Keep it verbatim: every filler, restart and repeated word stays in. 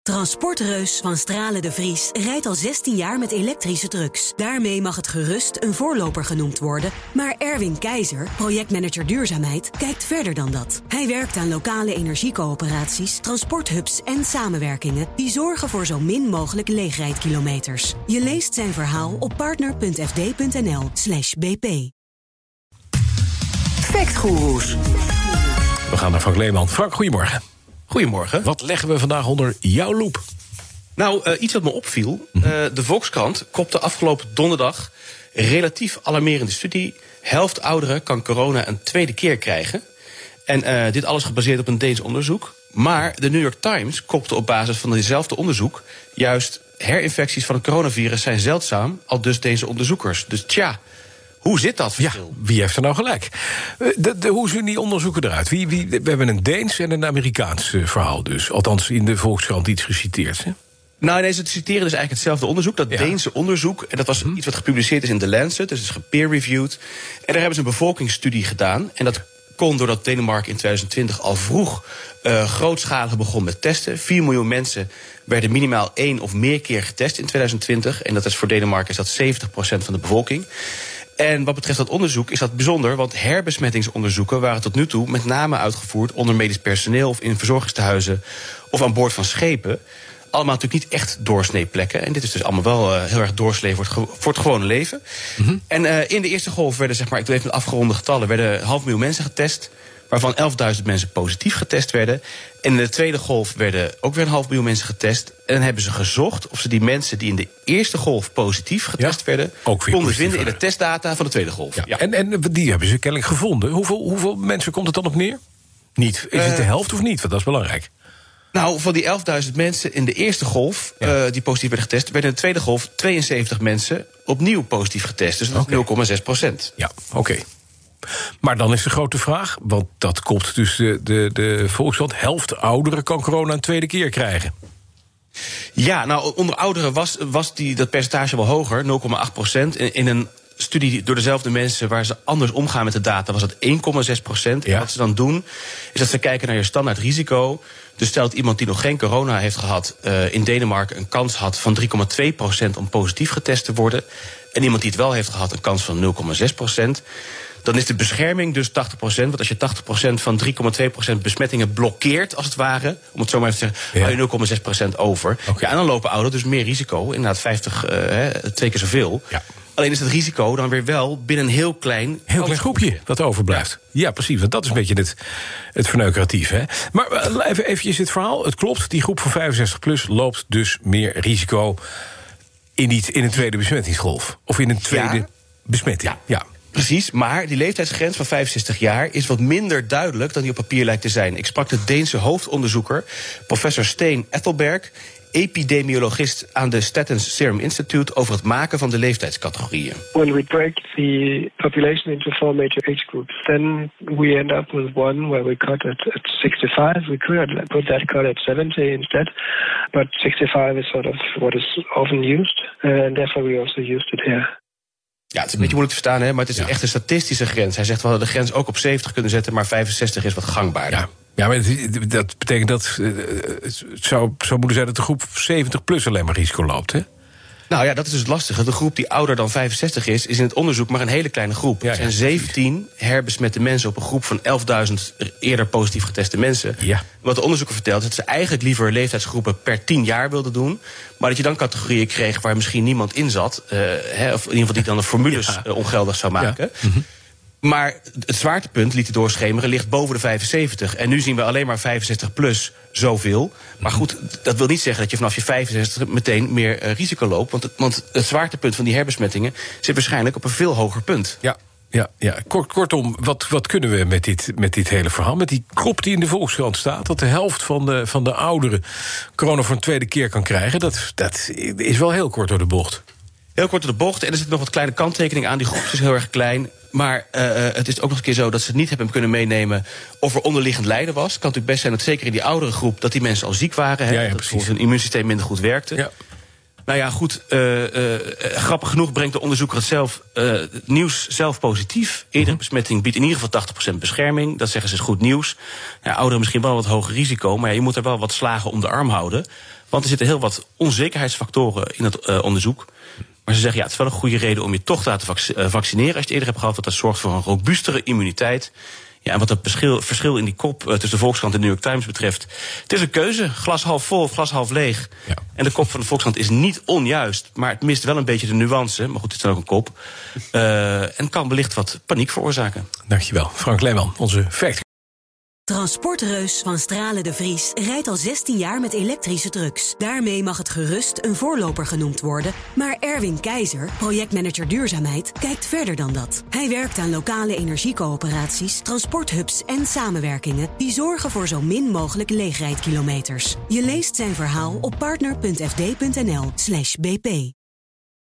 Transportreus van Stralen de Vries rijdt al zestien jaar met elektrische trucks. Daarmee mag het gerust een voorloper genoemd worden. Maar Erwin Keizer, projectmanager duurzaamheid, kijkt verder dan dat. Hij werkt aan lokale energiecoöperaties, transporthubs en samenwerkingen die zorgen voor zo min mogelijk leegrijdkilometers. Je leest zijn verhaal op partner.fd.nl slash bp. Factgoeroes. We gaan naar Frank Leeman. Frank, goedemorgen. Goedemorgen. Wat leggen we vandaag onder jouw loep? Nou, uh, iets wat me opviel. Uh, de Volkskrant kopte afgelopen donderdag relatief alarmerende studie. Helft ouderen kan corona een tweede keer krijgen. En uh, dit alles gebaseerd op een Deens onderzoek. Maar de New York Times kopte op basis van ditzelfde onderzoek juist herinfecties van het coronavirus zijn zeldzaam, al dus deze onderzoekers. Dus tja, hoe zit dat verschil? Ja, wie heeft er nou gelijk? De, de, hoe zien die onderzoeken eruit? Wie, wie, we hebben een Deens en een Amerikaans uh, verhaal dus. Althans in de Volkskrant iets geciteerd, hè? Nou, nee, ze citeren dus eigenlijk hetzelfde onderzoek. Dat ja. Deense onderzoek, en dat was hm. iets wat gepubliceerd is in The Lancet. Dus het is gepeer-reviewed. En daar hebben ze een bevolkingsstudie gedaan. En dat kon doordat Denemarken in twintig twintig al vroeg uh, grootschalig begon met testen. vier miljoen mensen werden minimaal één of meer keer getest in twintig twintig. En dat is voor Denemarken is dat zeventig procent van de bevolking. En wat betreft dat onderzoek is dat bijzonder, want herbesmettingsonderzoeken waren tot nu toe met name uitgevoerd onder medisch personeel of in verzorgingstehuizen of aan boord van schepen. Allemaal natuurlijk niet echt doorsneeplekken. En dit is dus allemaal wel uh, heel erg doorslee voor het, ge- voor het gewone leven. Mm-hmm. En uh, in de eerste golf werden, zeg maar, ik doe even met afgeronde getallen, werden half miljoen mensen getest, waarvan elfduizend mensen positief getest werden. En in de tweede golf werden ook weer een half miljoen mensen getest. En dan hebben ze gezocht of ze die mensen die in de eerste golf positief getest ja, werden, konden vinden in de testdata van de tweede golf. Ja. Ja. En, en die hebben ze kennelijk gevonden. Hoeveel, hoeveel mensen komt het dan op neer? Niet. Is het de helft of niet? Want dat is belangrijk. Nou, van die elfduizend mensen in de eerste golf ja. uh, die positief werden getest, werden in de tweede golf tweeënzeventig mensen opnieuw positief getest. Dus dat okay. is nul komma zes procent. Ja, oké. Okay. Maar dan is de grote vraag, want dat kopt dus de, de, de Volkskrant, helft ouderen kan corona een tweede keer krijgen. Ja, nou, onder ouderen was, was die, dat percentage wel hoger, nul komma acht procent. In, in een studie door dezelfde mensen waar ze anders omgaan met de data was dat één komma zes procent. Ja. En wat ze dan doen, is dat ze kijken naar je standaard risico. Dus stel dat iemand die nog geen corona heeft gehad uh, in Denemarken een kans had van drie komma twee procent om positief getest te worden. En iemand die het wel heeft gehad een kans van nul komma zes procent. Dan is de bescherming dus tachtig procent. Want als je tachtig procent van drie komma twee procent besmettingen blokkeert, als het ware, om het zo maar even te zeggen, ja. hou je nul komma zes procent over. Okay. Ja, en dan lopen ouderen dus meer risico. Inderdaad vijftig, uh, twee keer zoveel. Ja. Alleen is het risico dan weer wel binnen een heel klein... Heel klein groepje dat overblijft. Ja. ja, precies, want dat is een beetje het, het verneukeratief. Hè? Maar uh, even eventjes het verhaal. Het klopt, die groep van vijfenzestig plus loopt dus meer risico in, die, in een tweede besmettingsgolf. Of in een tweede ja. besmetting. Ja. ja. Precies, maar die leeftijdsgrens van vijfenzestig jaar is wat minder duidelijk dan die op papier lijkt te zijn. Ik sprak de Deense hoofdonderzoeker, professor Steen Ethelberg, epidemiologist aan de Statens Serum Institute, over het maken van de leeftijdscategorieën. When we break the population into four major age groups, then we end up with one where we cut it at sixty-five. We could put that cut at seventy instead, but sixty-five is sort of what is often used, and therefore we also used it here. Ja, het is een beetje moeilijk te verstaan, hè, maar het is ja. echt een statistische grens. Hij zegt wel de grens ook op zeventig kunnen zetten, maar vijfenzestig is wat gangbaarder. Ja. Ja, maar het, dat betekent dat uh, het zou, zou moeten zijn dat de groep zeventig plus alleen maar risico loopt, hè? Nou ja, dat is dus het lastige. De groep die ouder dan vijfenzestig is, is in het onderzoek maar een hele kleine groep. Ja, ja, er zijn zeventien herbesmette mensen op een groep van elfduizend eerder positief geteste mensen. Ja. Wat de onderzoeker vertelt, is dat ze eigenlijk liever leeftijdsgroepen per tien jaar wilden doen, maar dat je dan categorieën kreeg waar misschien niemand in zat, uh, hè, of in ieder geval die dan de formules ja. uh, ongeldig zou maken. Ja. Mm-hmm. Maar het zwaartepunt, liet hij doorschemeren, ligt boven de vijfenzeventig. En nu zien we alleen maar vijfenzestig plus zoveel. Maar goed, dat wil niet zeggen dat je vanaf je vijfenzestig meteen meer uh, risico loopt. Want het, want het zwaartepunt van die herbesmettingen zit waarschijnlijk op een veel hoger punt. Ja. Ja, ja. Kort, kortom, wat, wat kunnen we met dit, met dit hele verhaal? Met die krop die in de Volkskrant staat, dat de helft van de, van de ouderen corona voor een tweede keer kan krijgen, dat, dat is wel heel kort door de bocht. Heel kort door de bocht. En er zitten nog wat kleine kanttekeningen aan. Die groep is heel erg klein. Maar uh, het is ook nog een keer zo dat ze het niet hebben kunnen meenemen of er onderliggend lijden was. Het kan natuurlijk best zijn dat zeker in die oudere groep dat die mensen al ziek waren. Hè, ja, ja, dat bijvoorbeeld hun immuunsysteem minder goed werkte. Ja. Nou ja, goed. Uh, uh, grappig genoeg brengt de onderzoeker het zelf, uh, het nieuws zelf positief. Eerdere besmetting biedt in ieder geval tachtig procent bescherming. Dat zeggen ze is goed nieuws. Ja, ouderen misschien wel wat hoger risico, maar ja, je moet er wel wat slagen om de arm houden. Want er zitten heel wat onzekerheidsfactoren in het uh, onderzoek. Maar ze zeggen, ja, het is wel een goede reden om je toch te laten vac- uh, vaccineren als je het eerder hebt gehad. Want dat zorgt voor een robuustere immuniteit. Ja, en wat het verschil, verschil in die kop uh, tussen de Volkskrant en de New York Times betreft, het is een keuze. Glas half vol of glas half leeg. Ja. En de kop van de Volkskrant is niet onjuist, maar het mist wel een beetje de nuance. Maar goed, het is dan ook een kop. Uh, en kan wellicht wat paniek veroorzaken. Dankjewel, Frank Leeman, onze fact. Transportreus van Stralen de Vries rijdt al zestien jaar met elektrische trucks. Daarmee mag het gerust een voorloper genoemd worden. Maar Erwin Keizer, projectmanager duurzaamheid, kijkt verder dan dat. Hij werkt aan lokale energiecoöperaties, transporthubs en samenwerkingen die zorgen voor zo min mogelijk leegrijdkilometers. Je leest zijn verhaal op partner punt f d punt n l slash b p.